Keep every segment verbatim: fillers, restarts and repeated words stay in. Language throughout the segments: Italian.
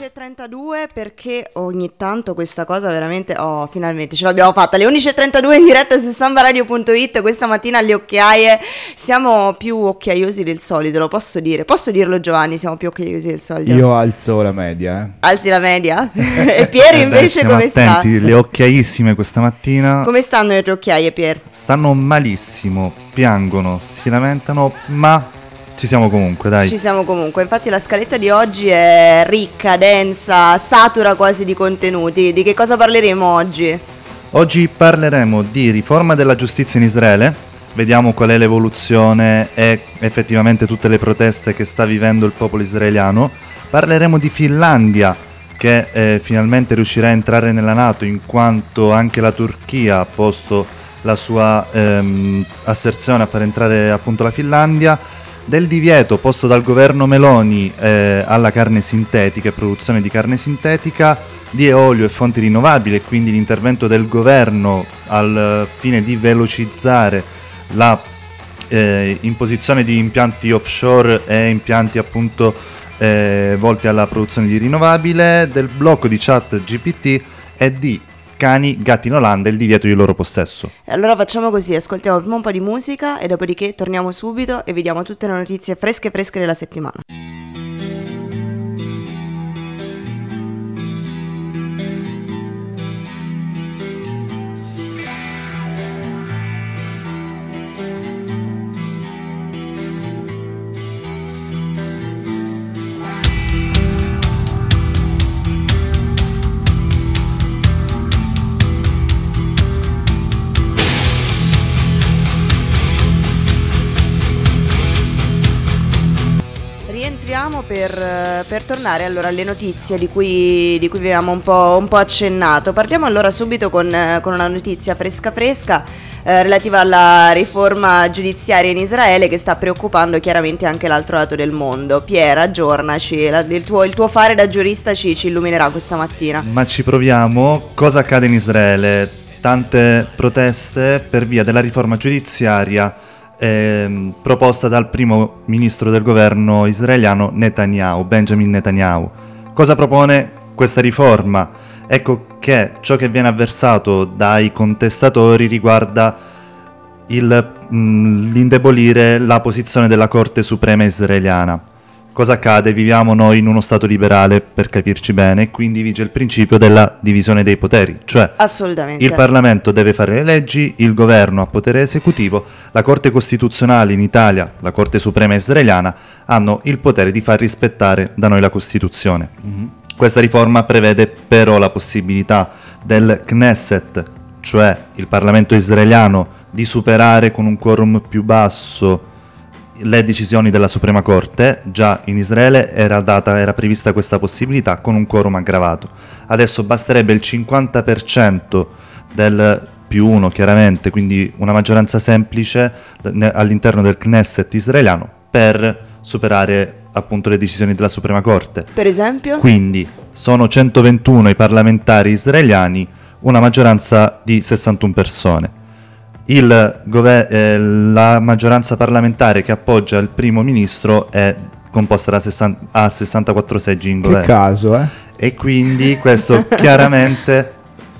e trentadue perché ogni tanto questa cosa veramente, oh finalmente ce l'abbiamo fatta, alle undici e trentadue in diretta su samba radio punto it, questa mattina alle occhiaie, siamo più occhiaiosi del solito, lo posso dire, posso dirlo Giovanni, siamo più occhiaiosi del solito. Io alzo la media, eh. Alzi la media? E Pier Eh invece beh, come attenti, sta? le occhiaissime questa mattina Come stanno le tue occhiaie Pier? stanno malissimo, piangono, si lamentano, ma ci siamo comunque, dai. Ci siamo comunque, infatti la scaletta di oggi è ricca, densa, satura quasi di contenuti. Di che cosa parleremo oggi? Oggi parleremo di riforma della giustizia in Israele, vediamo qual è l'evoluzione e effettivamente tutte le proteste che sta vivendo il popolo israeliano. Parleremo di Finlandia, che eh, finalmente riuscirà a entrare nella NATO, in quanto anche la Turchia ha posto la sua ehm, asserzione a far entrare appunto la Finlandia. Del divieto posto dal governo Meloni eh, alla carne sintetica e produzione di carne sintetica, di olio e fonti rinnovabili, e quindi l'intervento del governo al fine di velocizzare la eh, imposizione di impianti offshore e impianti appunto eh, volti alla produzione di rinnovabile, del blocco di chat G P T e di cani, gatti in Olanda e il divieto di loro possesso. Allora facciamo così, ascoltiamo prima un po' di musica e dopodiché torniamo subito e vediamo tutte le notizie fresche fresche della settimana. Per, per tornare allora alle notizie di cui, di cui vi abbiamo un po', un po' accennato. Partiamo allora subito con, con una notizia fresca fresca eh, relativa alla riforma giudiziaria in Israele, che sta preoccupando chiaramente anche l'altro lato del mondo. Pier, aggiornaci, la, il, tuo, il tuo fare da giurista ci, ci illuminerà questa mattina. Ma ci proviamo. Cosa accade in Israele? Tante proteste per via della riforma giudiziaria Eh, proposta dal primo ministro del governo israeliano Netanyahu, Benjamin Netanyahu. Cosa propone questa riforma? Ecco che ciò che viene avversato dai contestatori riguarda il, mh, l'indebolire la posizione della Corte Suprema israeliana. Cosa accade? Viviamo noi in uno Stato liberale, per capirci bene, e quindi vige il principio della divisione dei poteri, cioè assolutamente il Parlamento deve fare le leggi, il governo ha potere esecutivo, la Corte Costituzionale in Italia, la Corte Suprema israeliana hanno il potere di far rispettare da noi la Costituzione. Mm-hmm. Questa riforma prevede però la possibilità del Knesset, cioè il Parlamento israeliano, di superare con un quorum più basso le decisioni della Suprema Corte. Già in Israele era, data, era prevista questa possibilità con un quorum aggravato. Adesso basterebbe il cinquanta per cento del più uno, chiaramente, quindi una maggioranza semplice all'interno del Knesset israeliano per superare appunto le decisioni della Suprema Corte. Per esempio? Quindi sono centoventuno i parlamentari israeliani, una maggioranza di sessantuno persone. Il gover- eh, la maggioranza parlamentare che appoggia il primo ministro è composta da sessanta, a sessantaquattro seggi in governo. Che caso, eh? E quindi questo chiaramente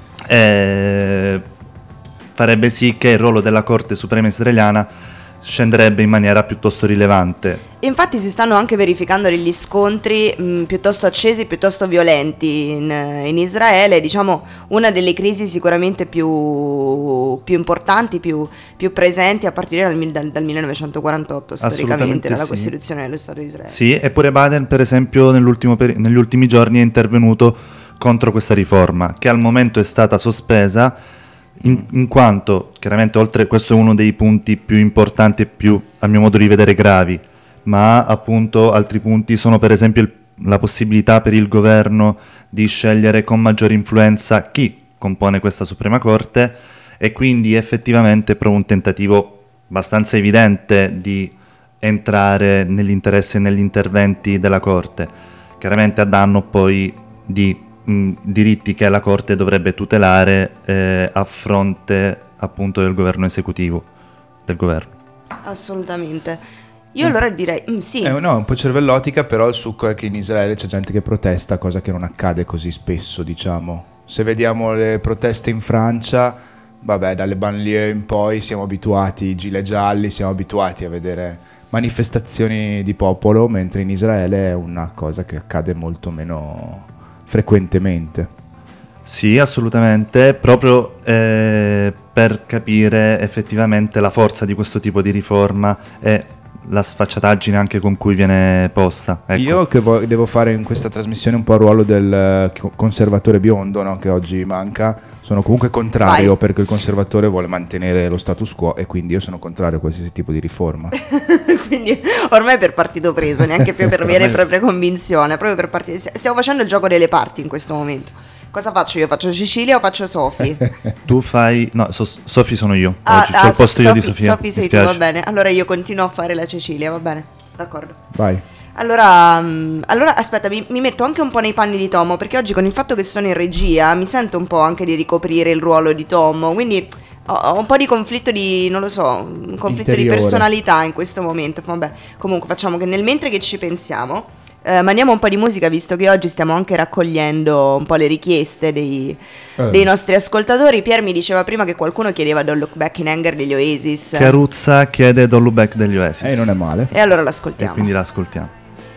eh, farebbe sì che il ruolo della Corte Suprema israeliana scenderebbe in maniera piuttosto rilevante. Infatti si stanno anche verificando degli scontri mh, piuttosto accesi, piuttosto violenti in, in Israele, diciamo una delle crisi sicuramente più, più importanti, più, più presenti a partire dal, dal, dal millenovecentoquarantotto storicamente, dalla sì. Costituzione dello Stato di Israele. Sì, eppure Biden per esempio nell'ultimo peri- negli ultimi giorni è intervenuto contro questa riforma, che al momento è stata sospesa In, in quanto, chiaramente, oltre questo è uno dei punti più importanti e più, a mio modo di vedere, gravi, ma appunto altri punti sono per esempio il, la possibilità per il governo di scegliere con maggiore influenza chi compone questa Suprema Corte, e quindi effettivamente proprio un tentativo abbastanza evidente di entrare negli interessi e negli interventi della Corte, chiaramente a danno poi di mh, diritti che la Corte dovrebbe tutelare eh, a fronte appunto del governo esecutivo, del governo. Assolutamente. Io allora direi mm, sì. Eh, no, è un po' cervellotica, però il succo è che in Israele c'è gente che protesta, cosa che non accade così spesso, diciamo. Se vediamo le proteste in Francia, vabbè, dalle banlieue in poi siamo abituati, i gilet gialli, siamo abituati a vedere manifestazioni di popolo, mentre in Israele è una cosa che accade molto meno frequentemente. Sì, assolutamente, proprio eh, per capire effettivamente la forza di questo tipo di riforma e la sfacciataggine anche con cui viene posta. Ecco. Io che vo- devo fare in questa trasmissione un po' il ruolo del uh, conservatore biondo, no? Che oggi manca, sono comunque contrario. Vai. Perché il conservatore vuole mantenere lo status quo e quindi io sono contrario a qualsiasi tipo di riforma. Quindi ormai per partito preso, neanche più per vera e propria convinzione, proprio per partito. Stiamo facendo il gioco delle parti in questo momento. Cosa faccio io? Faccio Cecilia o faccio Sofi? Tu fai... No, so, Sofi sono io. Ah, Oggi ah, c'ho il posto Sofi, io di Sofia. Sofi sei tu, va bene. Allora io continuo a fare la Cecilia, va bene. D'accordo. Vai. Allora, um, allora aspetta, mi, mi metto anche un po' nei panni di Tomo, perché oggi con il fatto che sono in regia mi sento un po' anche di ricoprire il ruolo di Tomo, quindi ho, ho un po' di conflitto di, non lo so, un conflitto interiore. Di personalità in questo momento. Vabbè, comunque facciamo che nel mentre che ci pensiamo... Uh, mandiamo un po' di musica, visto che oggi stiamo anche raccogliendo un po' le richieste dei, eh. dei nostri ascoltatori. Pier mi diceva prima che qualcuno chiedeva Don't Look Back in Anger degli Oasis. Chiaruzza chiede Don't Look Back degli Oasis. E eh, non è male. E allora l'ascoltiamo. E quindi l'ascoltiamo.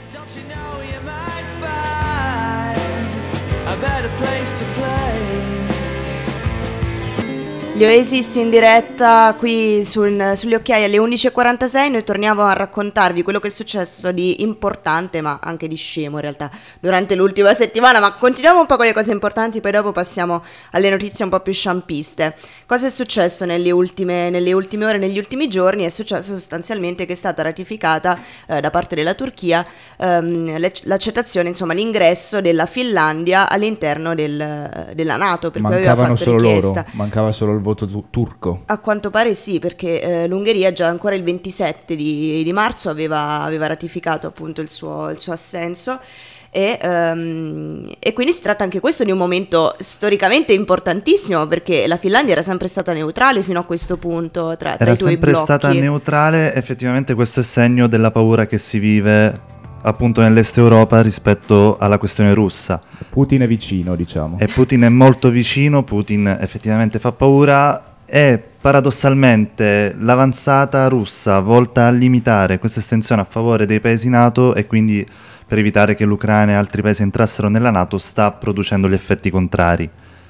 Gli Oasis in diretta qui sul, sugli occhiai alle undici e quarantasei. Noi torniamo a raccontarvi quello che è successo di importante, ma anche di scemo in realtà, durante l'ultima settimana. Ma continuiamo un po' con le cose importanti, poi dopo passiamo alle notizie un po' più sciampiste. Cosa è successo nelle ultime, nelle ultime ore, negli ultimi giorni? È successo sostanzialmente che è stata ratificata eh, da parte della Turchia ehm, l'accettazione, insomma l'ingresso della Finlandia all'interno del, della NATO, per cui aveva fatto solo richiesta. Loro, mancava solo il voto tu- turco. A quanto pare sì, perché eh, l'Ungheria già ancora il ventisette di, di marzo aveva, aveva ratificato appunto il suo, il suo assenso. E, um, e quindi si tratta anche questo di un momento storicamente importantissimo, perché la Finlandia era sempre stata neutrale fino a questo punto tra, tra era i due sempre blocchi. Stata neutrale. Effettivamente questo è segno della paura che si vive appunto nell'est Europa rispetto alla questione russa. Putin è vicino, diciamo. E Putin è molto vicino, Putin effettivamente fa paura e paradossalmente l'avanzata russa volta a limitare questa estensione a favore dei paesi NATO e quindi per evitare che l'Ucraina e altri paesi entrassero nella NATO sta producendo gli effetti contrari.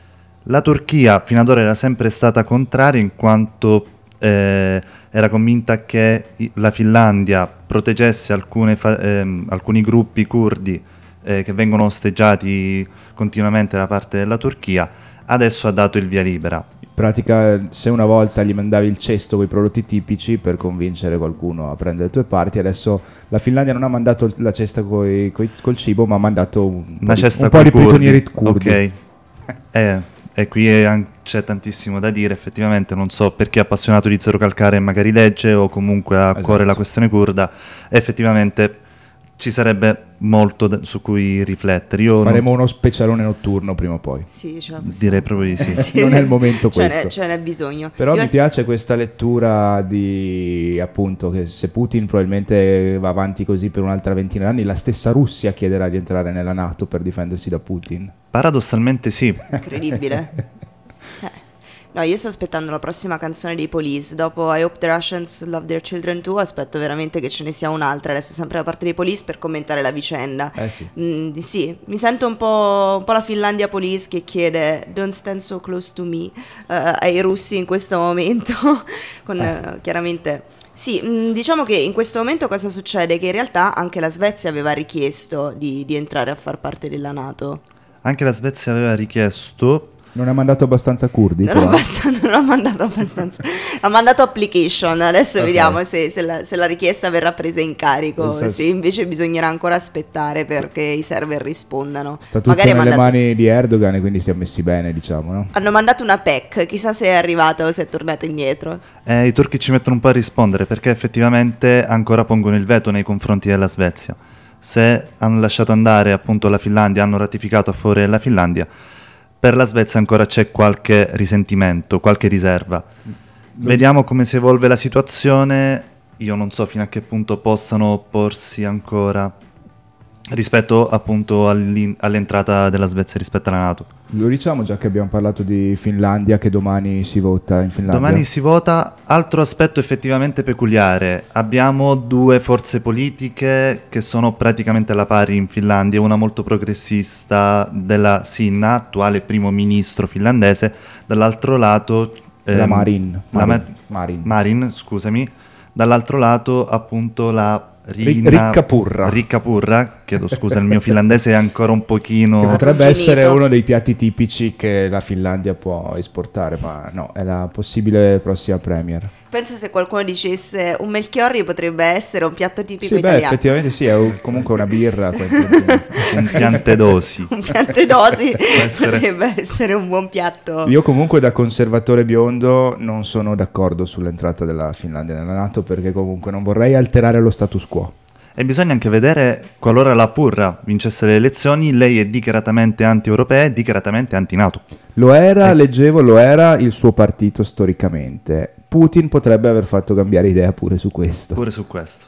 La Turchia fino ad ora era sempre stata contraria in quanto eh, era convinta che la Finlandia proteggesse alcune fa- ehm, alcuni gruppi curdi eh, che vengono osteggiati continuamente da parte della Turchia. Adesso ha dato il via libera. In pratica, se una volta gli mandavi il cesto con i prodotti tipici per convincere qualcuno a prendere le tue parti, adesso la Finlandia non ha mandato la cesta coi, coi, col cibo, ma ha mandato un, una po' cesta di, un po' di curdi. prigionieri curdi. Ok. eh, e qui è, c'è tantissimo da dire, effettivamente. Non so per chi è appassionato di Zero Calcare e magari legge o comunque ha a Esatto. cuore la questione curda, effettivamente ci sarebbe molto de- su cui riflettere. Io Faremo non... uno specialone notturno prima o poi. Sì, ce la direi proprio di sì. sì. Non è il momento ce questo. n'è, ce n'è bisogno. Però Io mi as- piace questa lettura di, appunto, che se Putin probabilmente va avanti così per un'altra ventina d'anni, la stessa Russia chiederà di entrare nella NATO per difendersi da Putin. Paradossalmente sì. Incredibile. eh. No, io sto aspettando la prossima canzone dei Police. Dopo I Hope the Russians Love Their Children Too, aspetto veramente che ce ne sia un'altra, adesso sempre da parte dei Police, per commentare la vicenda. Eh sì. Mm, sì, mi sento un po', un po' la Finlandia Police che chiede Don't stand so close to me uh, ai russi in questo momento. Con eh. uh, chiaramente... Sì, mh, diciamo che in questo momento cosa succede? Che in realtà anche la Svezia aveva richiesto di, di entrare a far parte della NATO. Anche la Svezia aveva richiesto. Non ha mandato abbastanza curdi, Non, però. abbastan- non ha mandato abbastanza. Ha mandato application. Adesso Ok. vediamo se, se, la, se la richiesta verrà presa in carico. Nel senso- Se invece bisognerà ancora aspettare perché i server rispondano. Sta tutto Magari ha nelle mandato- mani di Erdogan e quindi si è messi bene, diciamo, no? hanno mandato una P E C. Chissà se è arrivata o se è tornata indietro. Eh, I turchi ci mettono un po' a rispondere perché effettivamente ancora pongono il veto nei confronti della Svezia. Se hanno lasciato andare appunto la Finlandia, hanno ratificato a favore della Finlandia, per la Svezia ancora c'è qualche risentimento, qualche riserva. Vediamo come si evolve la situazione. io non so fino a che punto possano opporsi ancora rispetto appunto all'in- all'entrata della Svezia rispetto alla NATO. Lo diciamo già che abbiamo parlato di Finlandia, che domani si vota in Finlandia. Domani si vota. Altro aspetto effettivamente peculiare: abbiamo due forze politiche che sono praticamente alla pari in Finlandia, una molto progressista della Sinna, attuale primo ministro finlandese, dall'altro lato la ehm, Marin. la Marin. Ma- Marin. Marin, scusami, dall'altro lato appunto la Ri- Rina Rikkapurra. Rikkapurra, chiedo scusa, il mio finlandese è ancora un pochino... Che potrebbe Arrugginito. essere uno dei piatti tipici che la Finlandia può esportare, ma no, è la possibile prossima premier. Pensa se qualcuno dicesse un Melchiorri potrebbe essere un piatto tipico Sì, beh, italiano. effettivamente sì, è un- comunque una birra. un piantedosi. Un piatto dosi essere. potrebbe essere un buon piatto. Io comunque da conservatore biondo non sono d'accordo sull'entrata della Finlandia nella NATO, perché comunque non vorrei alterare lo status quo. E bisogna anche vedere, qualora la Purra vincesse le elezioni, lei è dichiaratamente anti-europea e dichiaratamente anti-NATO. Lo era, Eh. leggevo, lo era il suo partito storicamente. Putin potrebbe aver fatto cambiare idea pure su questo. Pure su questo.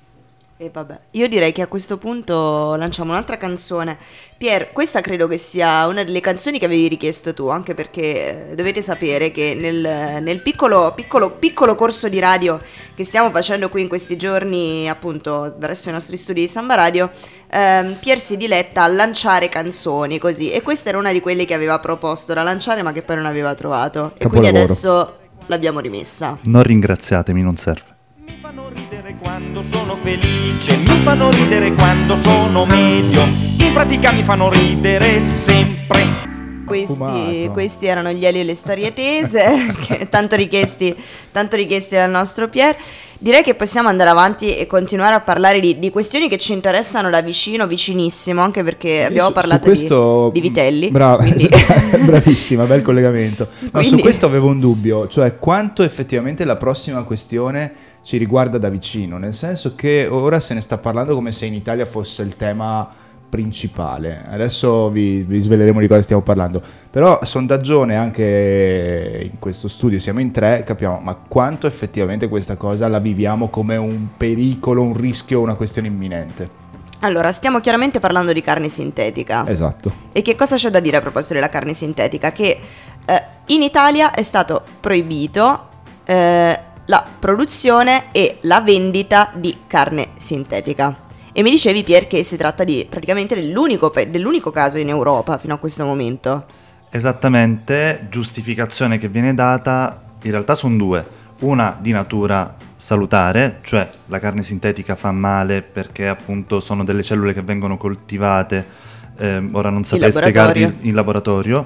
E vabbè, io direi che a questo punto lanciamo un'altra canzone. Pier, questa credo che sia una delle canzoni che avevi richiesto tu, anche perché eh, dovete sapere che nel, nel piccolo, piccolo, piccolo corso di radio che stiamo facendo qui in questi giorni, appunto, verso i nostri studi di Samba Radio, ehm, Pier si diletta a lanciare canzoni così, e questa era una di quelle che aveva proposto da lanciare ma che poi non aveva trovato. E quindi Capolavoro. adesso l'abbiamo rimessa. Non ringraziatemi, non serve. Mi fanno ridere quando sono felice, mi fanno ridere quando sono medio, in pratica mi fanno ridere sempre. Questi, Fumato. questi erano gli Elio e le storie tese, che tanto richiesti, tanto richiesti dal nostro Pier. Direi che possiamo andare avanti e continuare a parlare di, di questioni che ci interessano da vicino, vicinissimo, anche perché abbiamo Su- parlato su questo, di, di vitelli. Brava, quindi- bravissima, bel collegamento. No, Quindi- Su questo avevo un dubbio, cioè quanto effettivamente la prossima questione ci riguarda da vicino, nel senso che ora se ne sta parlando come se in Italia fosse il tema principale. Adesso vi, vi sveleremo di cosa stiamo parlando, però sondaggione anche in questo studio, siamo in tre, capiamo ma quanto effettivamente questa cosa la viviamo come un pericolo, un rischio, una questione imminente. Allora, stiamo chiaramente parlando di carne sintetica. Esatto. E che cosa c'è da dire a proposito della carne sintetica? Che eh, in Italia è stato proibito eh, la produzione e la vendita di carne sintetica. E mi dicevi, Pier, che si tratta di praticamente dell'unico, pe- dell'unico caso in Europa fino a questo momento. Esattamente, giustificazione che viene data, in realtà sono due. Una di natura salutare, cioè la carne sintetica fa male perché appunto sono delle cellule che vengono coltivate, ehm, ora non saprei laboratorio. spiegarvi in laboratorio,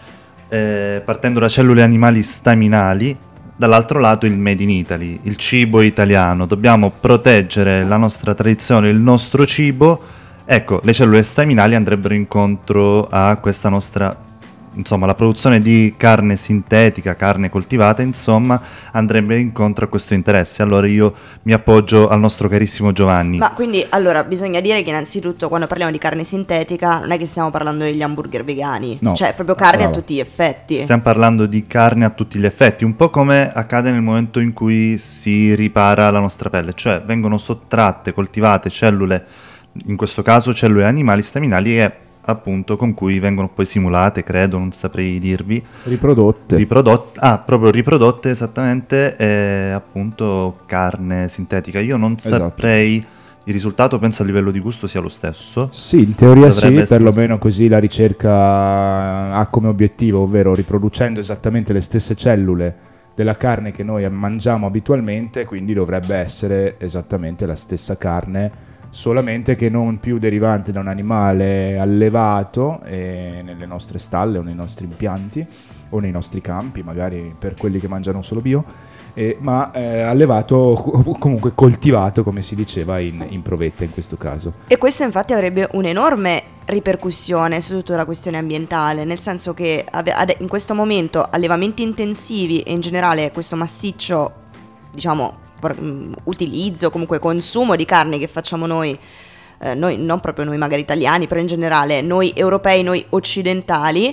eh, partendo da cellule animali staminali. Dall'altro lato il Made in Italy, il cibo italiano, dobbiamo proteggere la nostra tradizione, il nostro cibo. Ecco, le cellule staminali andrebbero incontro a questa nostra, insomma, la produzione di carne sintetica, carne coltivata, insomma, andrebbe incontro a questo interesse. Allora io mi appoggio al nostro carissimo Giovanni. Ma quindi, allora, bisogna dire che innanzitutto quando parliamo di carne sintetica non è che stiamo parlando degli hamburger vegani. No. Cioè, è proprio carne Brava. a tutti gli effetti. Stiamo parlando di carne a tutti gli effetti, un po' come accade nel momento in cui si ripara la nostra pelle, cioè vengono sottratte, coltivate cellule, in questo caso cellule animali staminali e appunto con cui vengono poi simulate, credo, non saprei dirvi, Riprodotte. riprodotte, ah, proprio riprodotte esattamente, eh, appunto carne sintetica. Io non Esatto. saprei il risultato, penso a livello di gusto sia lo stesso. Sì, in teoria Dovrebbe sì, essere perlomeno così la ricerca ha come obiettivo, ovvero riproducendo esattamente le stesse cellule della carne che noi mangiamo abitualmente, quindi dovrebbe essere esattamente la stessa carne, solamente che non più derivante da un animale allevato eh, nelle nostre stalle o nei nostri impianti o nei nostri campi, magari per quelli che mangiano solo bio, eh, ma eh, allevato o comunque coltivato, come si diceva in, in provetta in questo caso. E questo infatti avrebbe un'enorme ripercussione su tutta la questione ambientale, nel senso che ave- ade- in questo momento allevamenti intensivi e in generale questo massiccio, diciamo, por- mh, utilizzo, comunque consumo di carne che facciamo noi, eh, noi non proprio noi magari italiani, però in generale noi europei, noi occidentali,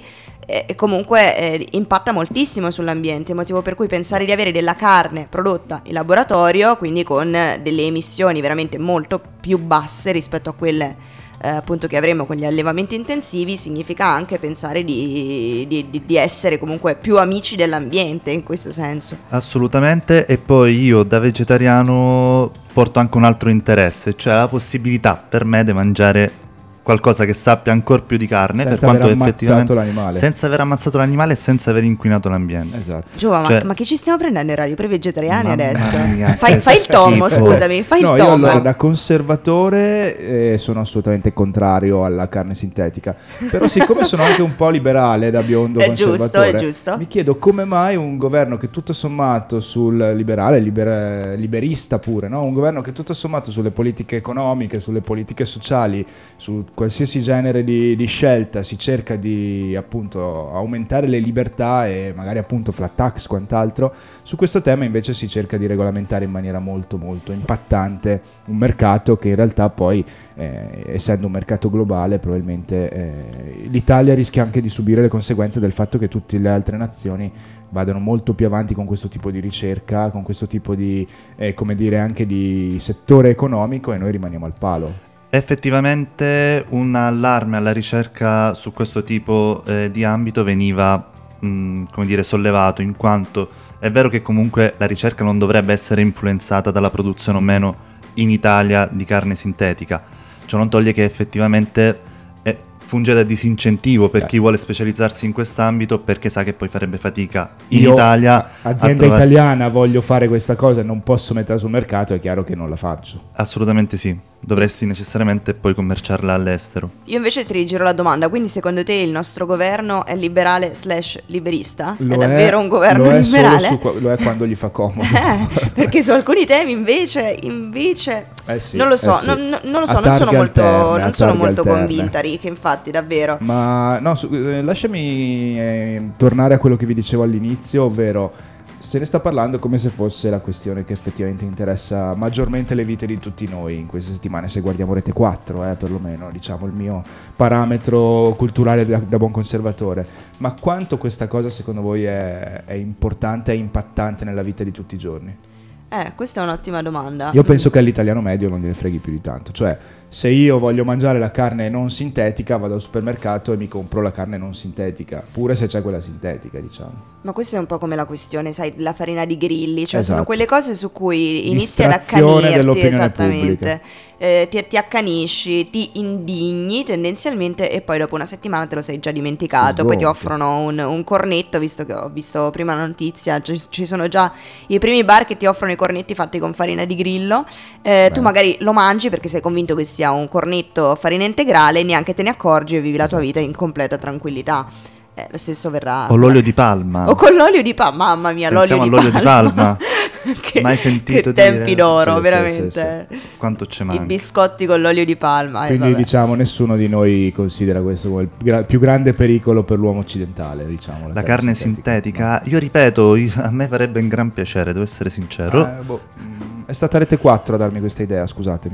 e, e comunque eh, impatta moltissimo sull'ambiente, motivo per cui pensare di avere della carne prodotta in laboratorio, quindi con delle emissioni veramente molto più basse rispetto a quelle Eh, appunto che avremo con gli allevamenti intensivi, significa anche pensare di, di, di, di essere comunque più amici dell'ambiente in questo senso. Assolutamente. E poi io da vegetariano porto anche un altro interesse, cioè la possibilità per me di mangiare qualcosa che sappia ancora più di carne, Senza per quanto aver ammazzato effettivamente l'animale. senza aver ammazzato l'animale e senza aver inquinato l'ambiente. Esatto. Giova, Cioè- ma, ma che ci stiamo prendendo in radio per vegetariani Mamma adesso? mia, fai, che fai il tomo, schifo. scusami, fai No, il io tomo. allora da conservatore eh, sono assolutamente contrario alla carne sintetica, però siccome sono anche un po' liberale da biondo È giusto, conservatore, è giusto. mi chiedo come mai un governo che tutto sommato sul liberale, liber- liberista pure, no? Un governo che tutto sommato sulle politiche economiche, sulle politiche sociali, su qualsiasi genere di, di scelta si cerca di appunto aumentare le libertà e magari appunto flat tax quant'altro, su questo tema invece si cerca di regolamentare in maniera molto molto impattante un mercato che in realtà poi eh, essendo un mercato globale probabilmente eh, l'Italia rischia anche di subire le conseguenze del fatto che tutte le altre nazioni vadano molto più avanti con questo tipo di ricerca, con questo tipo di eh, come dire anche di settore economico, e noi rimaniamo al palo. Effettivamente un allarme alla ricerca su questo tipo eh, di ambito veniva mh, come dire sollevato, in quanto è vero che comunque la ricerca non dovrebbe essere influenzata dalla produzione o meno in Italia di carne sintetica. Ciò non toglie che effettivamente eh, funge da disincentivo per Beh. chi vuole specializzarsi in quest'ambito, perché sa che poi farebbe fatica in Io, Italia a- azienda a trovare... italiana, voglio fare questa cosa e non posso metterla sul mercato, è chiaro che non la faccio. Assolutamente sì, dovresti necessariamente poi commerciarla all'estero. Io invece ti rigiro la domanda, quindi secondo te il nostro governo è liberale slash liberista? È davvero un governo lo è liberale? solo su qua- lo è quando gli fa comodo. Eh, perché su alcuni temi invece, invece Eh sì, non lo so, eh sì. non, non- non lo A so, non sono targhe molto, alterne, non a sono targhe molto alterne. convinta, Rick, infatti, davvero. Ma no, su- eh, lasciami eh, tornare a quello che vi dicevo all'inizio, ovvero se ne sta parlando come se fosse la questione che effettivamente interessa maggiormente le vite di tutti noi in queste settimane, se guardiamo Rete quattro, eh, perlomeno, diciamo il mio parametro culturale da, da buon conservatore. Ma quanto questa cosa secondo voi è, è importante, è impattante nella vita di tutti i giorni? Eh, questa è un'ottima domanda. Io penso che all'italiano medio non gliene freghi più di tanto, cioè se io voglio mangiare la carne non sintetica vado al supermercato e mi compro la carne non sintetica, pure se c'è quella sintetica, diciamo. Ma questa è un po' come la questione, sai, la farina di grilli, cioè Esatto. sono quelle cose su cui inizi ad Distrazione accanirti, dell'opinione esattamente, eh, ti, ti accanisci, ti indigni tendenzialmente e poi dopo una settimana te lo sei già dimenticato, poi ti sgonfi. offrono un, un cornetto, visto che ho visto prima la notizia, ci, ci sono già i primi bar che ti offrono i cornetti fatti con farina di grillo, eh, tu Beh. magari lo mangi perché sei convinto che sia un cornetto farina integrale, neanche te ne accorgi e vivi la tua vita in completa tranquillità. Eh, lo stesso verrà O l'olio di palma. o con l'olio di palma, mamma mia, Pensiamo l'olio di all'olio palma. di palma. che, Mai sentito che tempi dire? d'oro, Sì, sì, veramente. sì, sì. Quanto ci I manca. biscotti con l'olio di palma. eh, Quindi vabbè. diciamo nessuno di noi considera questo come il gra- più grande pericolo per l'uomo occidentale, diciamo. La carne sintetica, io ripeto, io- a me farebbe un gran piacere, devo essere sincero. Eh, boh, mm, è stata Rete quattro a darmi questa idea, scusatemi.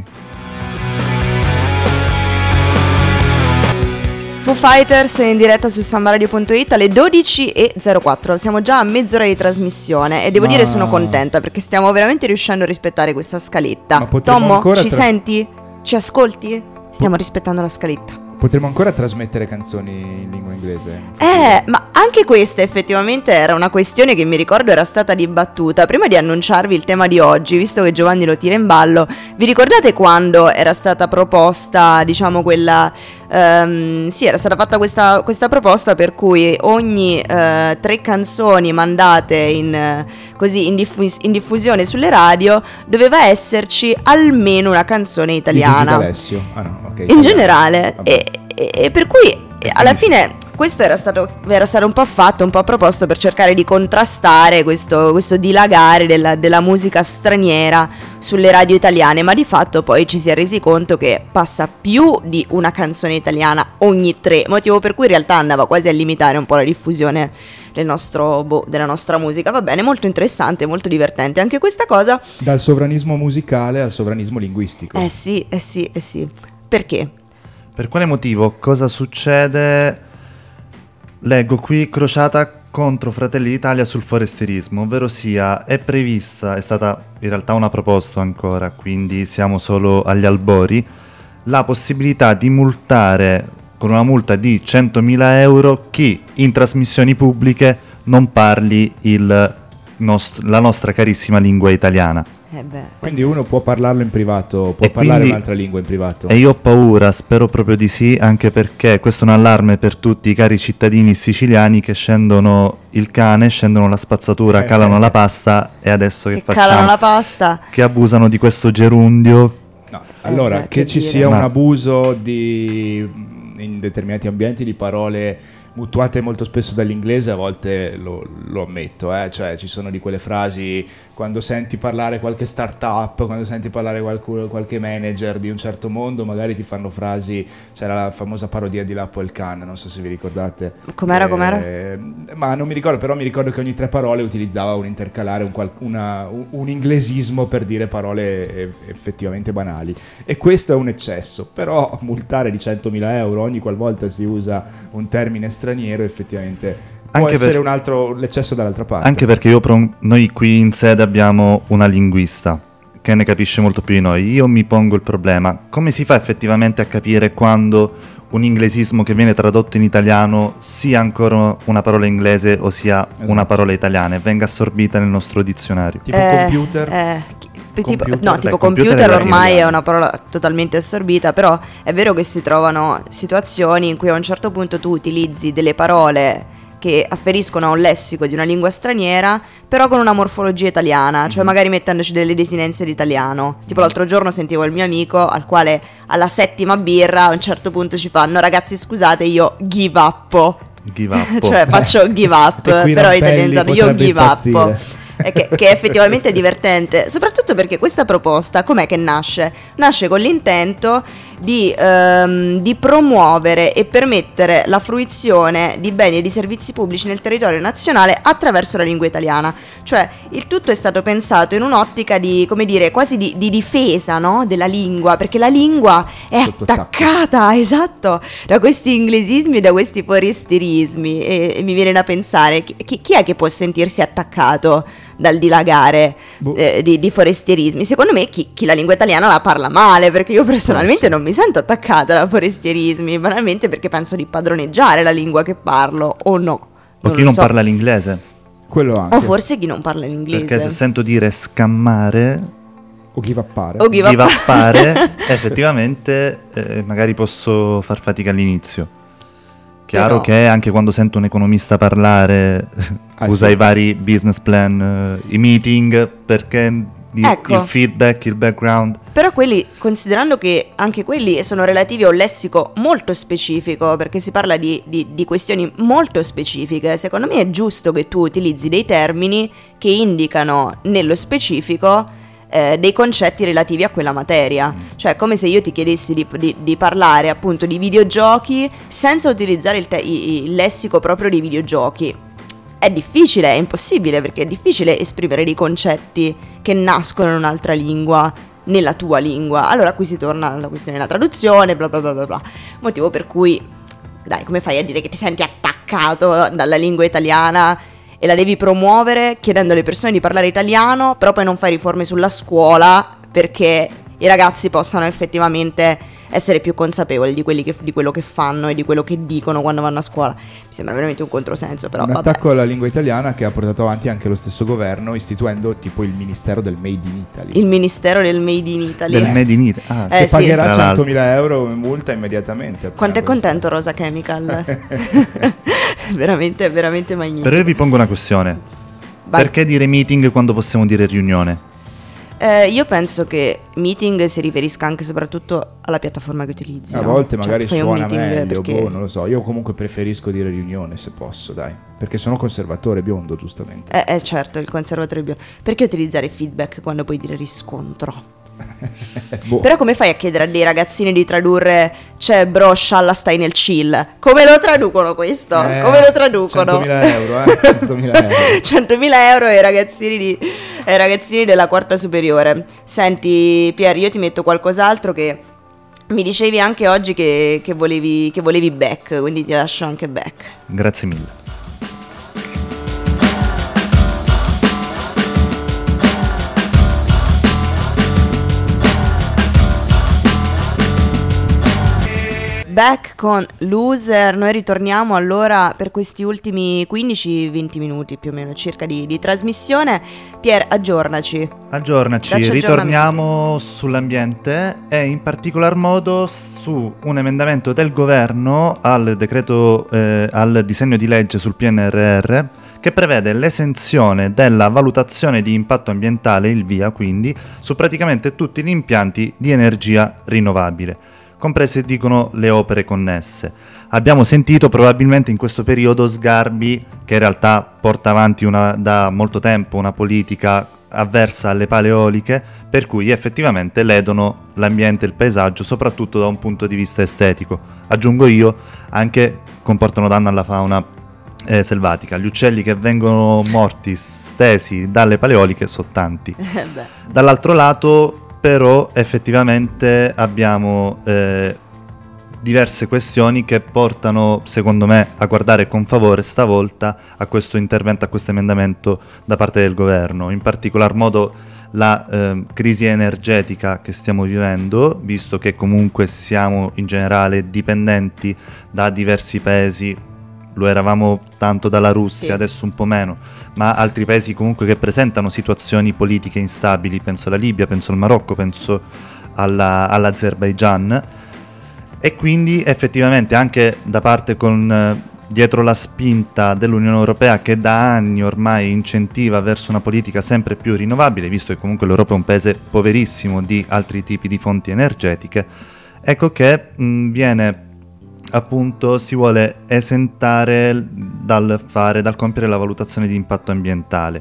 Foo Fighters in diretta su sambaradio punto it alle dodici e zero quattro. Siamo già a mezz'ora di trasmissione e devo Ma- dire sono contenta perché stiamo veramente riuscendo a rispettare questa scaletta. Ma potremmo Tommo, ancora ci tra- senti? Ci ascolti? Stiamo rispettando la scaletta. Potremmo ancora trasmettere canzoni in lingua inglese? Eh, ma anche questa effettivamente era una questione che mi ricordo era stata dibattuta. Prima di annunciarvi il tema di oggi, visto che Giovanni lo tira in ballo, vi ricordate quando era stata proposta, diciamo quella... ehm, sì, era stata fatta questa, questa proposta per cui ogni eh, tre canzoni mandate in, eh, così, in, diffus- in diffusione sulle radio doveva esserci almeno una canzone Di italiana. Gigi D'Alessio. Ah no, ok. In italiano. generale, Vabbè. e, e- e per cui eh, alla fine questo era stato, era stato un po' fatto, un po' proposto per cercare di contrastare questo, questo dilagare della, della musica straniera sulle radio italiane, ma di fatto poi ci si è resi conto che passa più di una canzone italiana ogni tre, motivo per cui in realtà andava quasi a limitare un po' la diffusione del nostro, boh, della nostra musica. Va bene, molto interessante, molto divertente anche questa cosa. Dal sovranismo musicale al sovranismo linguistico. Eh sì, eh sì, eh sì. Perché? Per quale motivo? Cosa succede? leggo qui crociata contro Fratelli d'Italia sul forestierismo, ovvero sia è prevista, è stata in realtà una proposta ancora, quindi siamo solo agli albori, la possibilità di multare con una multa di centomila euro chi in trasmissioni pubbliche non parli il nost- la nostra carissima lingua italiana. Eh beh. Quindi uno può parlarlo in privato, può E parlare quindi- un'altra lingua in privato. E io ho paura, spero proprio di sì, anche perché questo è un allarme per tutti i cari cittadini siciliani che scendono il cane, scendono la spazzatura, Eh, calano eh. la pasta e adesso che, Che facciamo? calano la pasta. Che abusano di questo gerundio. No, allora, beh, che, che ci dire. sia un Ma- abuso di, in determinati ambienti di parole mutuate molto spesso dall'inglese, a volte lo, lo ammetto, eh? Cioè ci sono di quelle frasi, quando senti parlare qualche startup, quando senti parlare qualcuno, qualche manager di un certo mondo, magari ti fanno frasi, c'era la famosa parodia di Lappo e il Can, non so se vi ricordate. Com'era, Eh, com'era? Ma non mi ricordo, però mi ricordo che ogni tre parole utilizzava un intercalare, un, qual- una- un- un inglesismo per dire parole eh, effettivamente banali. E questo è un eccesso, però multare di centomila euro ogni qualvolta si usa un termine straniero effettivamente può Anche essere per- un altro l'eccesso dall'altra parte. Anche perché io pro- noi qui in sede abbiamo una linguista che ne capisce molto più di noi. Io mi pongo il problema: come si fa effettivamente a capire quando un inglesismo che viene tradotto in italiano sia ancora una parola inglese o sia Esatto. una parola italiana e venga assorbita nel nostro dizionario? tipo Eh, computer. eh, chi- tipo, Computer? no, Beh, tipo computer computer, è la ormai lingua. è una parola totalmente assorbita, però è vero che si trovano situazioni in cui a un certo punto tu utilizzi delle parole che afferiscono a un lessico di una lingua straniera, però con una morfologia italiana, cioè magari mettendoci delle desinenze di italiano. Tipo l'altro giorno sentivo il mio amico al quale alla settima birra a un certo punto ci fanno: ragazzi scusate, io give up. Give up. Cioè faccio give up, E qui però Rampelli italianizzato, io potrebbe give up. impazzire. E che, che effettivamente è divertente, soprattutto perché questa proposta com'è che nasce? Nasce con l'intento di, ehm, di promuovere e permettere la fruizione di beni e di servizi pubblici nel territorio nazionale attraverso la lingua italiana. Cioè il tutto è stato pensato in un'ottica di, come dire, quasi di, di difesa, no? Della lingua, perché la lingua è Sotto attacco. attaccata, esatto, da questi inglesismi e da questi forestierismi, e, e mi viene da pensare chi, chi- chi è che può sentirsi attaccato dal dilagare Boh. eh, di, di forestierismi? Secondo me chi, chi la lingua italiana la parla male, perché io personalmente Forse. non mi sento attaccata da forestierismi, banalmente perché penso di padroneggiare la lingua che parlo, o no. O Non chi lo non so. parla l'inglese? Quello anche. O forse chi non parla l'inglese. Perché se sento dire scammare, O give uppare. O give give up. uppare, effettivamente eh, magari posso far fatica all'inizio. Chiaro Però- che anche quando sento un economista parlare Ah, usa sì. i vari business plan, eh, i meeting, perché il, Ecco. il feedback, il background. Però quelli, considerando che anche quelli sono relativi a un lessico molto specifico, perché si parla di, di- di questioni molto specifiche, secondo me è giusto che tu utilizzi dei termini che indicano nello specifico eh, dei concetti relativi a quella materia. Cioè come se io ti chiedessi di, di- di parlare appunto di videogiochi senza utilizzare il, te- i- il lessico proprio dei videogiochi. È difficile, è impossibile, perché è difficile esprimere dei concetti che nascono in un'altra lingua nella tua lingua. Allora qui si torna alla questione della traduzione, bla bla bla bla bla. Motivo per cui, dai, come fai a dire che ti senti attaccato dalla lingua italiana e la devi promuovere chiedendo alle persone di parlare italiano, però poi non fai riforme sulla scuola perché i ragazzi possano effettivamente essere più consapevoli di, quelli che, di quello che fanno e di quello che dicono quando vanno a scuola. Mi sembra veramente un controsenso, però un vabbè. attacco alla lingua italiana che ha portato avanti anche lo stesso governo, istituendo tipo il Ministero del Made in Italy. Il Ministero del Made in Italy. Del Made in Italy. Ah, Eh, che sì. pagherà Tra l'altro. centomila euro come multa immediatamente. appena Quanto è questo. contento Rosa Chemical? veramente, veramente magnifico. Però io vi pongo una questione. Vai. Perché dire meeting quando possiamo dire riunione? Eh, io penso che meeting si riferisca anche e soprattutto alla piattaforma che utilizzi. A no? volte Cioè, magari fai un suona meeting meglio, perché- boh, non lo so. Io comunque preferisco dire riunione se posso, dai. Perché sono conservatore biondo, giustamente. Eh, eh, certo, il conservatore bio. Perché utilizzare feedback quando puoi dire riscontro? Boh. Però come fai a chiedere a dei ragazzini di tradurre c'è bro, scialla stai nel chill? Come lo traducono questo? Eh, Come lo traducono? centomila euro, eh? centomila euro. centomila euro ai ragazzini, di, ai ragazzini della quarta superiore. Senti Pier, io ti metto qualcos'altro che Mi dicevi anche oggi che, che volevi, che volevi Beck, quindi ti lascio anche Beck. Grazie mille. Back con Loser. Noi ritorniamo allora per questi ultimi quindici venti minuti più o meno circa di, di trasmissione. Pier, aggiornaci. Aggiornaci, Dacci ritorniamo sull'ambiente e in particolar modo su un emendamento del governo al decreto, eh, al disegno di legge sul P N R R che prevede l'esenzione della valutazione di impatto ambientale, il VIA quindi, su praticamente tutti gli impianti di energia rinnovabile, comprese dicono le opere connesse. Abbiamo sentito probabilmente in questo periodo Sgarbi, che in realtà porta avanti una, da molto tempo una politica avversa alle pale eoliche, per cui effettivamente ledono l'ambiente e il paesaggio, soprattutto da un punto di vista estetico. Aggiungo io, anche comportano danno alla fauna eh, selvatica. Gli uccelli che vengono morti stesi dalle pale eoliche sono tanti. Dall'altro lato però effettivamente abbiamo eh, diverse questioni che portano, secondo me, a guardare con favore stavolta a questo intervento, a questo emendamento da parte del governo. In particolar modo la eh, crisi energetica che stiamo vivendo, visto che comunque siamo in generale dipendenti da diversi paesi. Lo eravamo tanto dalla Russia, sì. Adesso un po' meno, ma altri paesi comunque che presentano situazioni politiche instabili, penso alla Libia, penso al Marocco, penso alla, all'Azerbaigian, e quindi effettivamente anche da parte con eh, dietro la spinta dell'Unione Europea che da anni ormai incentiva verso una politica sempre più rinnovabile, visto che comunque l'Europa è un paese poverissimo di altri tipi di fonti energetiche, ecco che mh, viene appunto si vuole esentare dal fare, dal compiere la valutazione di impatto ambientale.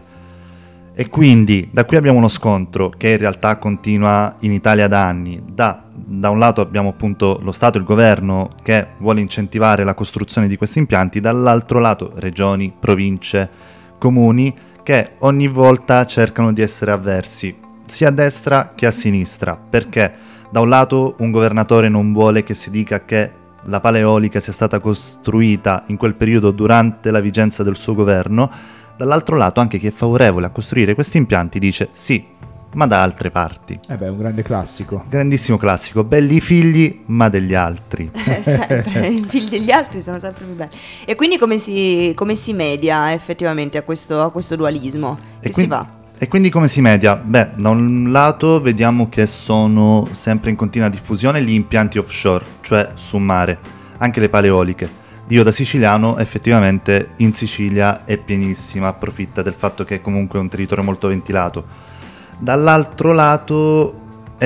E quindi da qui abbiamo uno scontro che in realtà continua in Italia da anni. Da, da un lato abbiamo appunto lo Stato, il governo che vuole incentivare la costruzione di questi impianti, dall'altro lato regioni, province, comuni che ogni volta cercano di essere avversi, sia a destra che a sinistra, perché da un lato un governatore non vuole che si dica che la pala eolica sia stata costruita in quel periodo durante la vigenza del suo governo, dall'altro lato anche chi è favorevole a costruire questi impianti dice sì, ma da altre parti. Eh beh, è un grande classico. Grandissimo classico, belli i figli, ma degli altri. Eh, sempre, i figli degli altri sono sempre più belli. E quindi come si, come si media effettivamente a questo, a questo dualismo? Che quindi, si va? E quindi come si media? Beh, da un lato vediamo che sono sempre in continua diffusione gli impianti offshore, cioè su mare, anche le pale eoliche. Io da siciliano effettivamente in Sicilia è pienissima, approfitta del fatto che comunque è un territorio molto ventilato. Dall'altro lato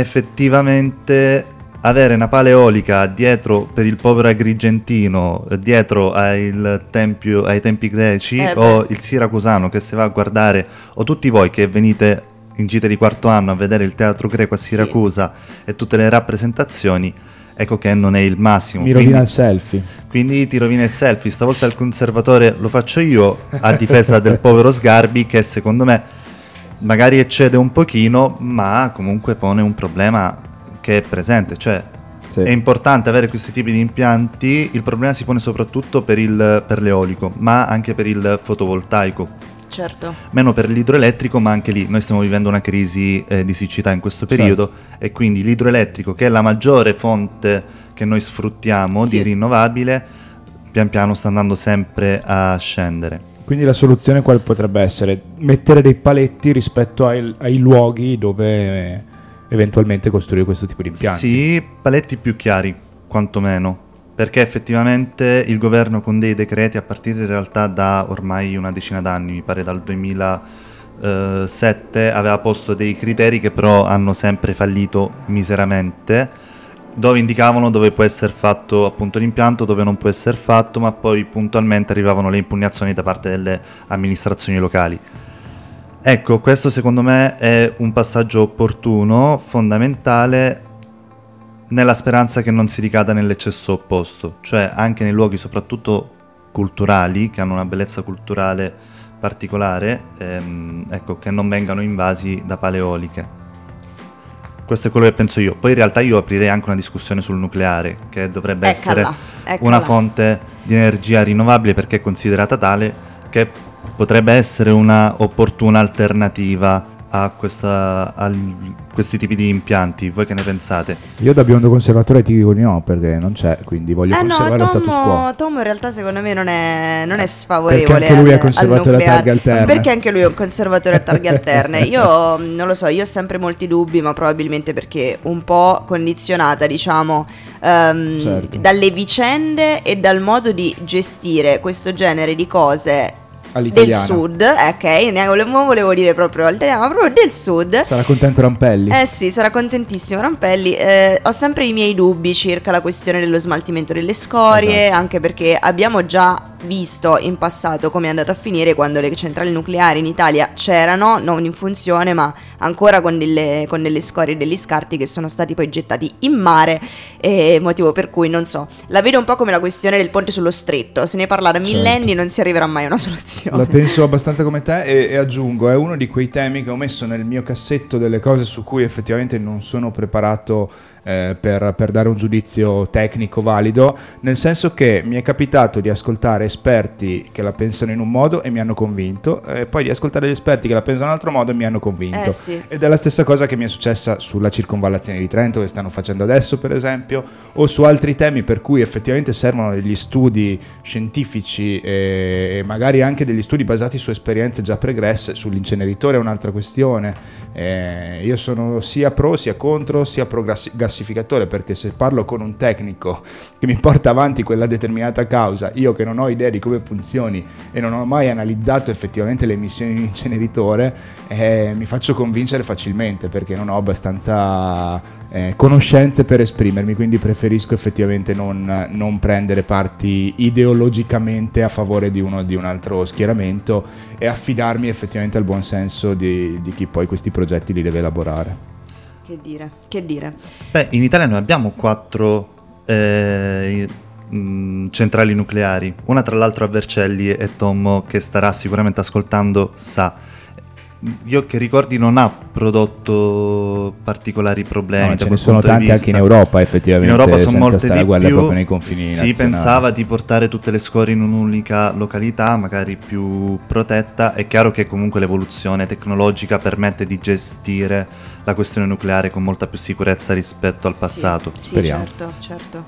effettivamente avere una pala eolica dietro per il povero agrigentino, dietro al tempio, ai tempi greci, eh o il siracusano che si va a guardare, o tutti voi che venite in gita di quarto anno a vedere il teatro greco a Siracusa, sì, e tutte le rappresentazioni, ecco che non è il massimo. Mi rovina il selfie. Quindi ti rovina il selfie. Stavolta il conservatore lo faccio io a difesa del povero Sgarbi, che secondo me magari eccede un pochino, ma comunque pone un problema che è presente, cioè sì, è importante avere questi tipi di impianti. Il problema si pone soprattutto per, il, per l'eolico, ma anche per il fotovoltaico. Certo. Meno per l'idroelettrico, ma anche lì noi stiamo vivendo una crisi eh, di siccità in questo periodo, certo, e quindi l'idroelettrico, che è la maggiore fonte che noi sfruttiamo, sì, di rinnovabile, pian piano sta andando sempre a scendere. Quindi la soluzione quale potrebbe essere? Mettere dei paletti rispetto ai, ai luoghi dove eventualmente costruire questo tipo di impianti. Sì, paletti più chiari, quantomeno, perché effettivamente il governo con dei decreti, a partire in realtà da ormai una decina d'anni, mi pare dal duemilasette, aveva posto dei criteri che però hanno sempre fallito miseramente, dove indicavano dove può essere fatto appunto l'impianto, dove non può essere fatto, ma poi puntualmente arrivavano le impugnazioni da parte delle amministrazioni locali. Ecco, questo secondo me è un passaggio opportuno, fondamentale, nella speranza che non si ricada nell'eccesso opposto, cioè anche nei luoghi soprattutto culturali, che hanno una bellezza culturale particolare, ehm, ecco, che non vengano invasi da pale eoliche. questo è quello che penso io. Poi in realtà io aprirei anche una discussione sul nucleare, che dovrebbe Eccola, essere eccola. una fonte di energia rinnovabile perché è considerata tale, che potrebbe essere una opportuna alternativa a, questa, a questi tipi di impianti. Voi che ne pensate? Io da biondo conservatore ti dico di no, perché non c'è, quindi voglio Eh no, conservare lo status quo. Tom, Tom in realtà secondo me non è, non è sfavorevole Perché anche lui è al- al conservatore a nucleare. targhe alterne. Perché anche lui è un conservatore a targhe alterne. Io mh, non lo so, io ho sempre molti dubbi, ma probabilmente perché un po' condizionata, diciamo, ehm, Certo. dalle vicende e dal modo di gestire questo genere di cose del All'italiana. sud, eh, ok, ne volevo, volevo dire proprio all'italiano, ma proprio del sud. Sarà contento Rampelli. Eh sì, sarà contentissimo Rampelli. Eh, ho sempre i miei dubbi circa la questione dello smaltimento delle scorie, Esatto. anche perché abbiamo già visto in passato come è andato a finire quando le centrali nucleari in Italia c'erano, non in funzione, ma ancora con delle, con delle scorie e degli scarti che sono stati poi gettati in mare, eh, motivo per cui non so, la vedo un po' come la questione del ponte sullo stretto, se ne parla da Certo. millenni non si arriverà mai a una soluzione. La penso abbastanza come te e, e aggiungo, è uno di quei temi che ho messo nel mio cassetto delle cose su cui effettivamente non sono preparato eh, per, per dare un giudizio tecnico valido, nel senso che mi è capitato di ascoltare esperti che la pensano in un modo e mi hanno convinto, e poi di ascoltare gli esperti che la pensano in un altro modo e mi hanno convinto. Eh sì. Ed è la stessa cosa che mi è successa sulla circonvallazione di Trento, che stanno facendo adesso per esempio, o su altri temi per cui effettivamente servono degli studi scientifici e, e magari anche degli studi basati su esperienze già pregresse. Sull'inceneritore è un'altra questione. Eh, io sono sia pro sia contro sia pro gassi- gassificatore, perché se parlo con un tecnico che mi porta avanti quella determinata causa, io che non ho idea di come funzioni e non ho mai analizzato effettivamente le emissioni di inceneritore, eh, mi faccio convincere facilmente perché non ho abbastanza eh, conoscenze per esprimermi, quindi preferisco effettivamente non, non prendere parti ideologicamente a favore di uno o di un altro schieramento e affidarmi effettivamente al buon senso di, di chi poi questi progetti li deve elaborare. Che dire, che dire. Beh, in Italia noi abbiamo quattro eh, mh, centrali nucleari, una tra l'altro a Vercelli, e Tom, che starà sicuramente ascoltando, sa. Io che ricordi non ha prodotto particolari problemi. No, da ce ne quel sono punto di tanti anche in vista. Europa effettivamente, In Europa sono senza molte stare a di guardare più. proprio nei confini Si nazionali. pensava di portare tutte le scorie in un'unica località, magari più protetta. È chiaro che comunque l'evoluzione tecnologica permette di gestire la questione nucleare con molta più sicurezza rispetto al passato. Sì, sì, Speriamo. certo, certo.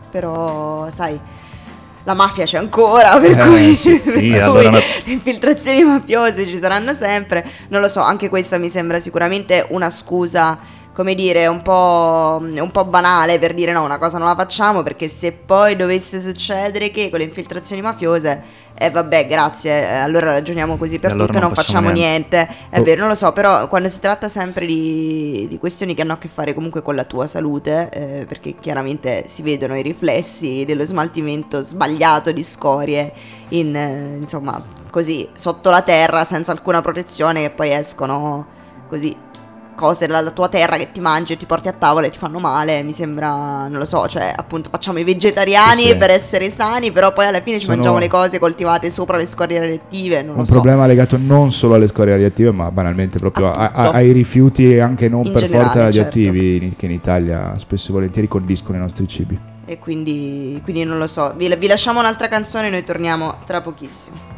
Però, sai, la mafia c'è ancora, per Eh, cui, sì, sì, per cui allora no- le infiltrazioni mafiose ci saranno sempre. Non lo so, anche questa mi sembra sicuramente una scusa, come dire, un po', un po' banale per dire no, una cosa non la facciamo, perché se poi dovesse succedere che con le infiltrazioni mafiose, eh vabbè, grazie, eh, allora ragioniamo così per E allora tutto e non non facciamo facciamo niente. È Oh. vero, non lo so, però quando si tratta sempre di, di questioni che hanno a che fare comunque con la tua salute, eh, perché chiaramente si vedono i riflessi dello smaltimento sbagliato di scorie in, eh, insomma, così, sotto la terra, senza alcuna protezione, che poi escono così cose dalla tua terra che ti mangi e ti porti a tavola e ti fanno male. Mi sembra, non lo so, cioè appunto facciamo i vegetariani Sì, sì. per essere sani, però poi alla fine ci Sono- mangiamo le cose coltivate sopra le scorie radioattive, non lo Un so. problema legato non solo alle scorie radioattive, ma banalmente proprio A a- a- tutto. ai rifiuti, anche non In per generale, forza radioattivi, certo. in- che in Italia spesso e volentieri condiscono i nostri cibi. E quindi, quindi non lo so. Vi, vi lasciamo un'altra canzone e noi torniamo tra pochissimo.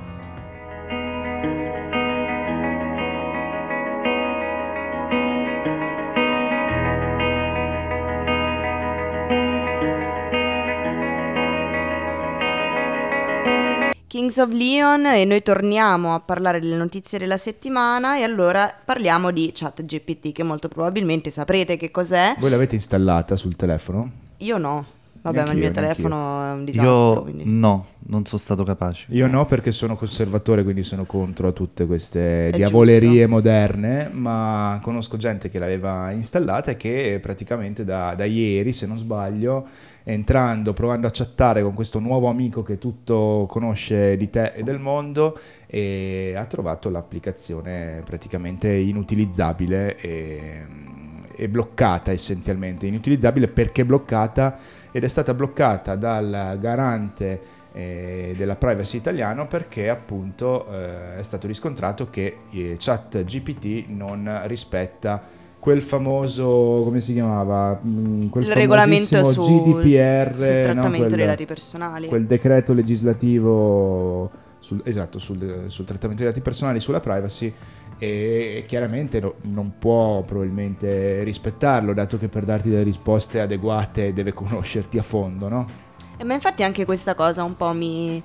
Kings of Leon, e noi torniamo a parlare delle notizie della settimana, e allora parliamo di ChatGPT, che molto probabilmente saprete che cos'è. Voi l'avete installata sul telefono? Io no. Vabbè, ma il Neanch'io, mio neanch'io. telefono è un disastro. Io Quindi. no, non sono stato capace. Io no, perché sono conservatore, quindi sono contro a tutte queste È diavolerie moderne, ma conosco gente che l'aveva installata e che praticamente da, da ieri, se non sbaglio, entrando, provando a chattare con questo nuovo amico che tutto conosce di te e del mondo, e ha trovato l'applicazione praticamente inutilizzabile e, e bloccata essenzialmente. Inutilizzabile perché bloccata, ed è stata bloccata dal garante eh, della privacy italiano, perché appunto eh, è stato riscontrato che eh, ChatGPT non rispetta quel famoso, come si chiamava? Mm, Quel Il regolamento famosissimo sul, G D P R, sul trattamento no? Quel- dei dati personali. quel decreto legislativo sul, esatto, sul, sul trattamento dei dati personali, sulla privacy, e chiaramente no- non può probabilmente rispettarlo, dato che per darti delle risposte adeguate deve conoscerti a fondo, no? Eh, ma infatti anche questa cosa un po' mi,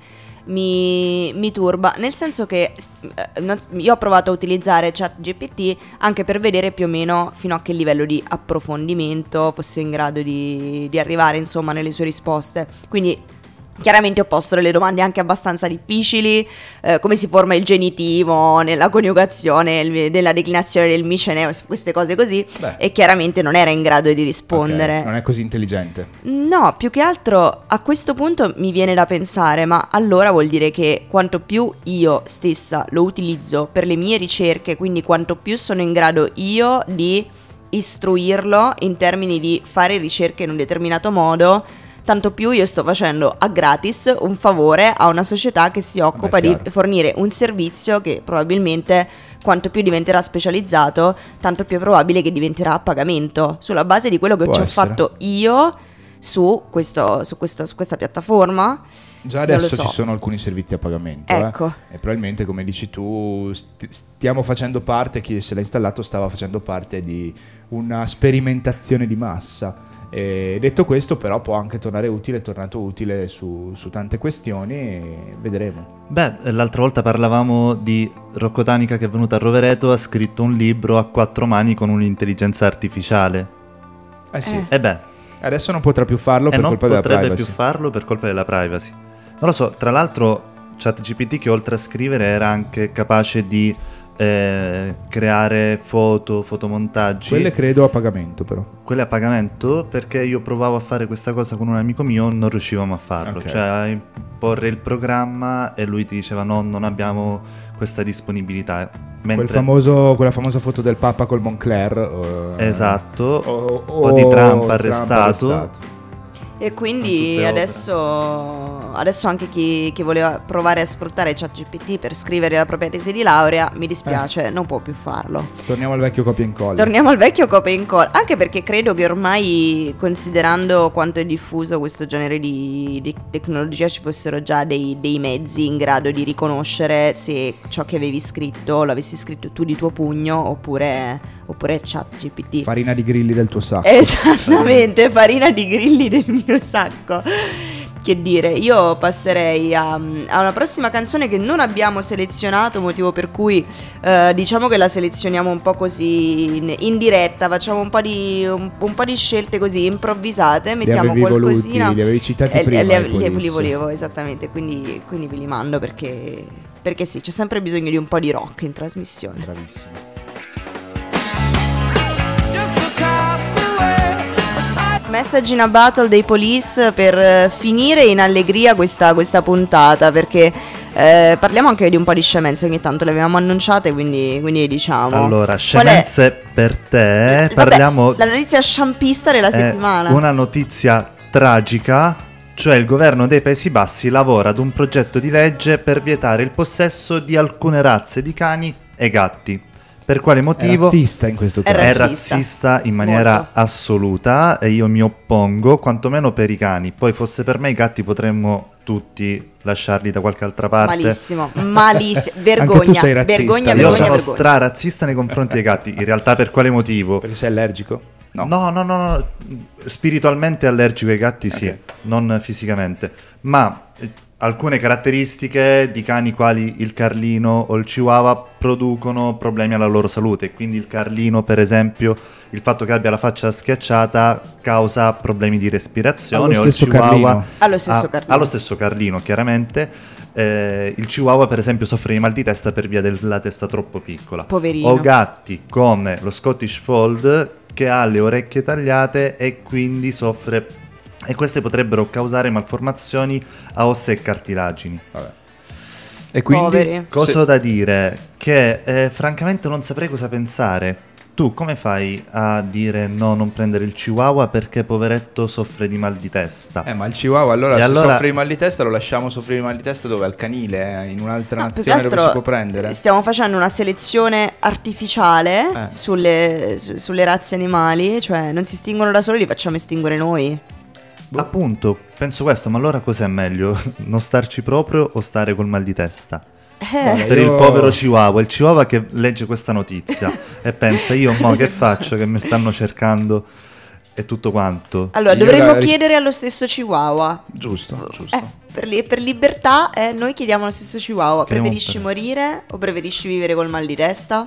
mi, mi turba, nel senso che eh, non- io ho provato a utilizzare ChatGPT anche per vedere più o meno fino a che livello di approfondimento fosse in grado di, di arrivare, insomma, nelle sue risposte. Quindi chiaramente ho posto delle domande anche abbastanza difficili, eh, come si forma il genitivo nella coniugazione, il- nella declinazione del miceneo, queste cose così, Beh. e chiaramente non era in grado di rispondere. Ok, non è così intelligente. No, più che altro a questo punto mi viene da pensare, ma allora vuol dire che quanto più io stessa lo utilizzo per le mie ricerche, quindi quanto più sono in grado io di istruirlo in termini di fare ricerche in un determinato modo, tanto più io sto facendo a gratis un favore a una società che si occupa di chiaro. fornire un servizio che probabilmente quanto più diventerà specializzato, tanto più è probabile che diventerà a pagamento, sulla base di quello che Può ci ho essere. fatto io su, questo, su, questo, su questa piattaforma. Già Non lo adesso so. ci sono alcuni servizi a pagamento, eh. Ecco. E probabilmente, come dici tu, st- stiamo facendo parte, chi se l'ha installato stava facendo parte di una sperimentazione di massa. E detto questo, però, può anche tornare utile, è tornato utile su, su tante questioni, e vedremo. Beh, l'altra volta parlavamo di Rocco Tanica che è venuto a Rovereto, ha scritto un libro a quattro mani con un'intelligenza artificiale. Eh sì, Eh. E beh, adesso non potrà più farlo e per non colpa della potrebbe privacy. più farlo per colpa della privacy. Non lo so, tra l'altro ChatGPT, che oltre a scrivere era anche capace di eh, creare foto, fotomontaggi. Quelle credo a pagamento, però. Quelle a pagamento, perché io provavo a fare questa cosa con un amico mio, non riuscivamo a farlo. Ok. Cioè a imporre il programma e lui ti diceva no, non abbiamo questa disponibilità. Mentre Quel famoso, quella famosa foto del Papa col Moncler. eh, Esatto, o, o di Trump arrestato. E Sono quindi tutte adesso, adesso anche chi, chi voleva provare a sfruttare ChatGPT per scrivere la propria tesi di laurea, mi dispiace, non può più farlo. Torniamo al vecchio copia e incolla. Torniamo al vecchio copia e incolla, anche perché credo che ormai, considerando quanto è diffuso questo genere di, di tecnologia, ci fossero già dei, dei mezzi in grado di riconoscere se ciò che avevi scritto lo avessi scritto tu di tuo pugno oppure, oppure ChatGPT. Farina di grilli del tuo sacco. Esattamente, farina di grilli del mio sacco. Che dire, io passerei a, a una prossima canzone che non abbiamo selezionato, motivo per cui eh, diciamo che la selezioniamo un po' così in, in diretta, facciamo un po' di, un, un po' di scelte così improvvisate, mettiamo avevi qualcosina. voluti, li avevi citati Eh, prima, li, i li- li Police. volevo, esattamente, quindi, quindi ve li mando perché, perché sì, c'è sempre bisogno di un po' di rock in trasmissione. Bravissimo. Message in a Battle dei Police per eh, finire in allegria questa, questa puntata, perché eh, parliamo anche di un po' di scemenze, ogni tanto le avevamo annunciate, quindi, quindi diciamo. Allora, Qual è- scemenze per te, Vabbè, parliamo la notizia sciampista della è settimana. una notizia tragica, cioè il governo dei Paesi Bassi lavora ad un progetto di legge per vietare il possesso di alcune razze di cani e gatti. Per quale È motivo? razzista in questo È caso. È razzista. razzista in maniera Molto. assoluta e io mi oppongo, quantomeno per i cani. Poi fosse per me i gatti potremmo tutti lasciarli da qualche altra parte. Malissimo, malissimo, vergogna, Anche tu sei razzista. vergogna, Io Io vergogna, sono vergogna. stra-razzista nei confronti dei gatti. In realtà per quale motivo? Perché sei allergico? No. No, no, no, no. Spiritualmente allergico ai gatti sì, Ok. non fisicamente. Ma eh, alcune caratteristiche di cani quali il Carlino o il Chihuahua producono problemi alla loro salute. Quindi il Carlino, per esempio, il fatto che abbia la faccia schiacciata causa problemi di respirazione. Allo O il stesso Chihuahua Carlino. Allo stesso ha- Carlino. allo stesso Carlino, chiaramente. Eh, il Chihuahua, per esempio, soffre di mal di testa per via della testa troppo piccola. Poverino. O gatti come lo Scottish Fold che ha le orecchie tagliate e quindi soffre, e queste potrebbero causare malformazioni a ossa e cartilagini. Vabbè. E quindi Poveri. Cosa se- ho da dire? Che eh, francamente non saprei cosa pensare. Tu come fai a dire no, non prendere il chihuahua perché poveretto soffre di mal di testa? Eh, ma il chihuahua allora E se allora- soffre di mal di testa lo lasciamo soffrire di mal di testa dove? Al canile? eh? In un'altra No, più che nazione dove altro si può prendere? Stiamo facendo una selezione artificiale Eh. sulle, su- sulle razze animali, cioè non si estinguono da soli, li facciamo estinguere noi. Appunto, penso questo, ma allora cos'è meglio? Non starci proprio o stare col mal di testa? Eh, Per io- il povero chihuahua, il chihuahua che legge questa notizia e pensa io mo che faccio che mi stanno cercando e tutto quanto. allora, Io dovremmo la ris- chiedere allo stesso Chihuahua. Giusto, giusto. Eh, per, li- per libertà, eh, noi chiediamo allo stesso Chihuahua. Chiediamo Preferisci per- morire o preferisci vivere col mal di testa?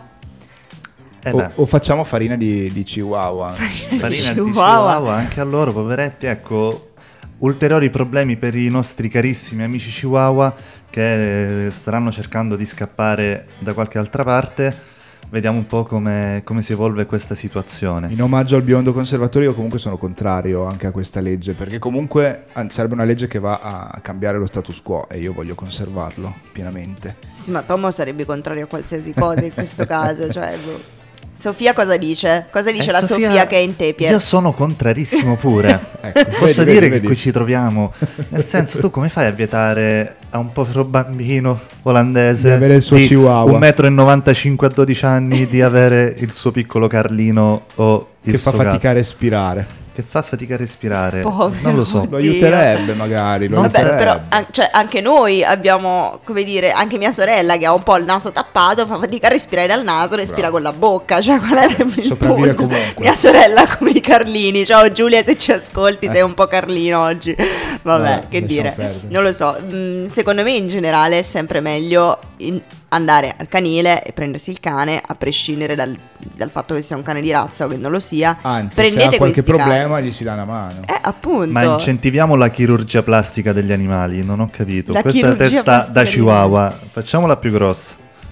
Eh o, beh, o facciamo farina di, di chihuahua. farina di Chihuahua. chihuahua anche a loro, poveretti, ecco, ulteriori problemi per i nostri carissimi amici chihuahua che eh, staranno cercando di scappare da qualche altra parte. Vediamo un po' come, come si evolve questa situazione. In omaggio al biondo conservatore io comunque sono contrario anche a questa legge, perché comunque an- sarebbe una legge che va a cambiare lo status quo e io voglio conservarlo pienamente. Sì, ma Tomo sarebbe contrario a qualsiasi cosa in questo caso. Cioè, boh. Sofia cosa dice? Cosa dice Eh, la Sofia, che è in Tepier? Io sono contrarissimo pure. Ecco, Posso vedi, dire vedi, che vedi. qui ci troviamo. Nel senso, tu come fai a vietare a un povero bambino olandese Di avere il suo chihuahua. un metro e novantacinque a dodici anni di avere il suo piccolo Carlino o il Che fa suo gatto? fatica a respirare. Che fa fatica a respirare? Povero. Non lo so. Lo Oddio. aiuterebbe magari, lo Non Vabbè, aiuterebbe. però an- cioè, anche noi abbiamo, come dire, anche mia sorella che ha un po' il naso tappato, fa fatica a respirare dal naso, respira Bravo. con la bocca, cioè qual è il Sopravvive punto? comunque. Mia sorella come i Carlini, ciao Giulia se ci ascolti, sei un po' Carlino oggi, vabbè, Vabbè, che lasciamo dire, perdere. non lo so, mm, secondo me in generale è sempre meglio in- andare al canile e prendersi il cane, a prescindere dal, dal fatto che sia un cane di razza o che non lo sia, Anzi, prendete se ha qualche questi cani. problema gli si dà una mano. Eh, appunto. Ma incentiviamo la chirurgia plastica degli animali, non ho capito. La Questa chirurgia testa plastica da degli chihuahua, facciamola più grossa.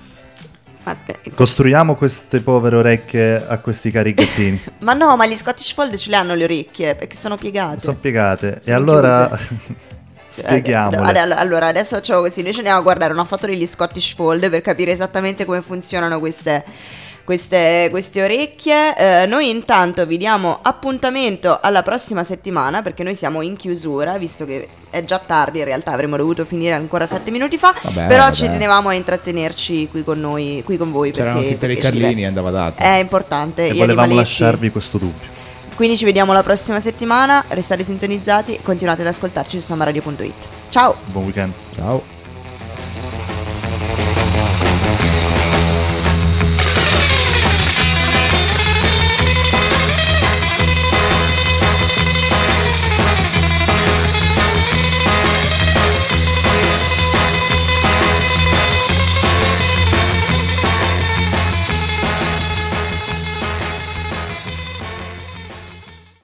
Ma, eh, Costruiamo queste povere orecchie a questi cari gattini. Ma no, ma gli Scottish Fold ce le hanno le orecchie perché sono piegate. Sono piegate. E Sono allora Eh, spieghiamole. ad- Allora, adesso facciamo così: noi ci andiamo a guardare una foto degli Scottish Fold per capire esattamente come funzionano queste, queste, queste orecchie. Eh, noi intanto vi diamo appuntamento alla prossima settimana perché noi siamo in chiusura, visto che è già tardi, in realtà avremmo dovuto finire ancora sette minuti fa, Vabbè, però vabbè. ci tenevamo a intrattenerci qui con noi, qui con voi. C'erano perché, tutte le perché ci- Carlini, andava dato. È importante. E gli volevamo animaletti. lasciarvi questo dubbio. Quindi ci vediamo la prossima settimana, restate sintonizzati, continuate ad ascoltarci su samba radio punto it. Ciao! Buon weekend. Ciao.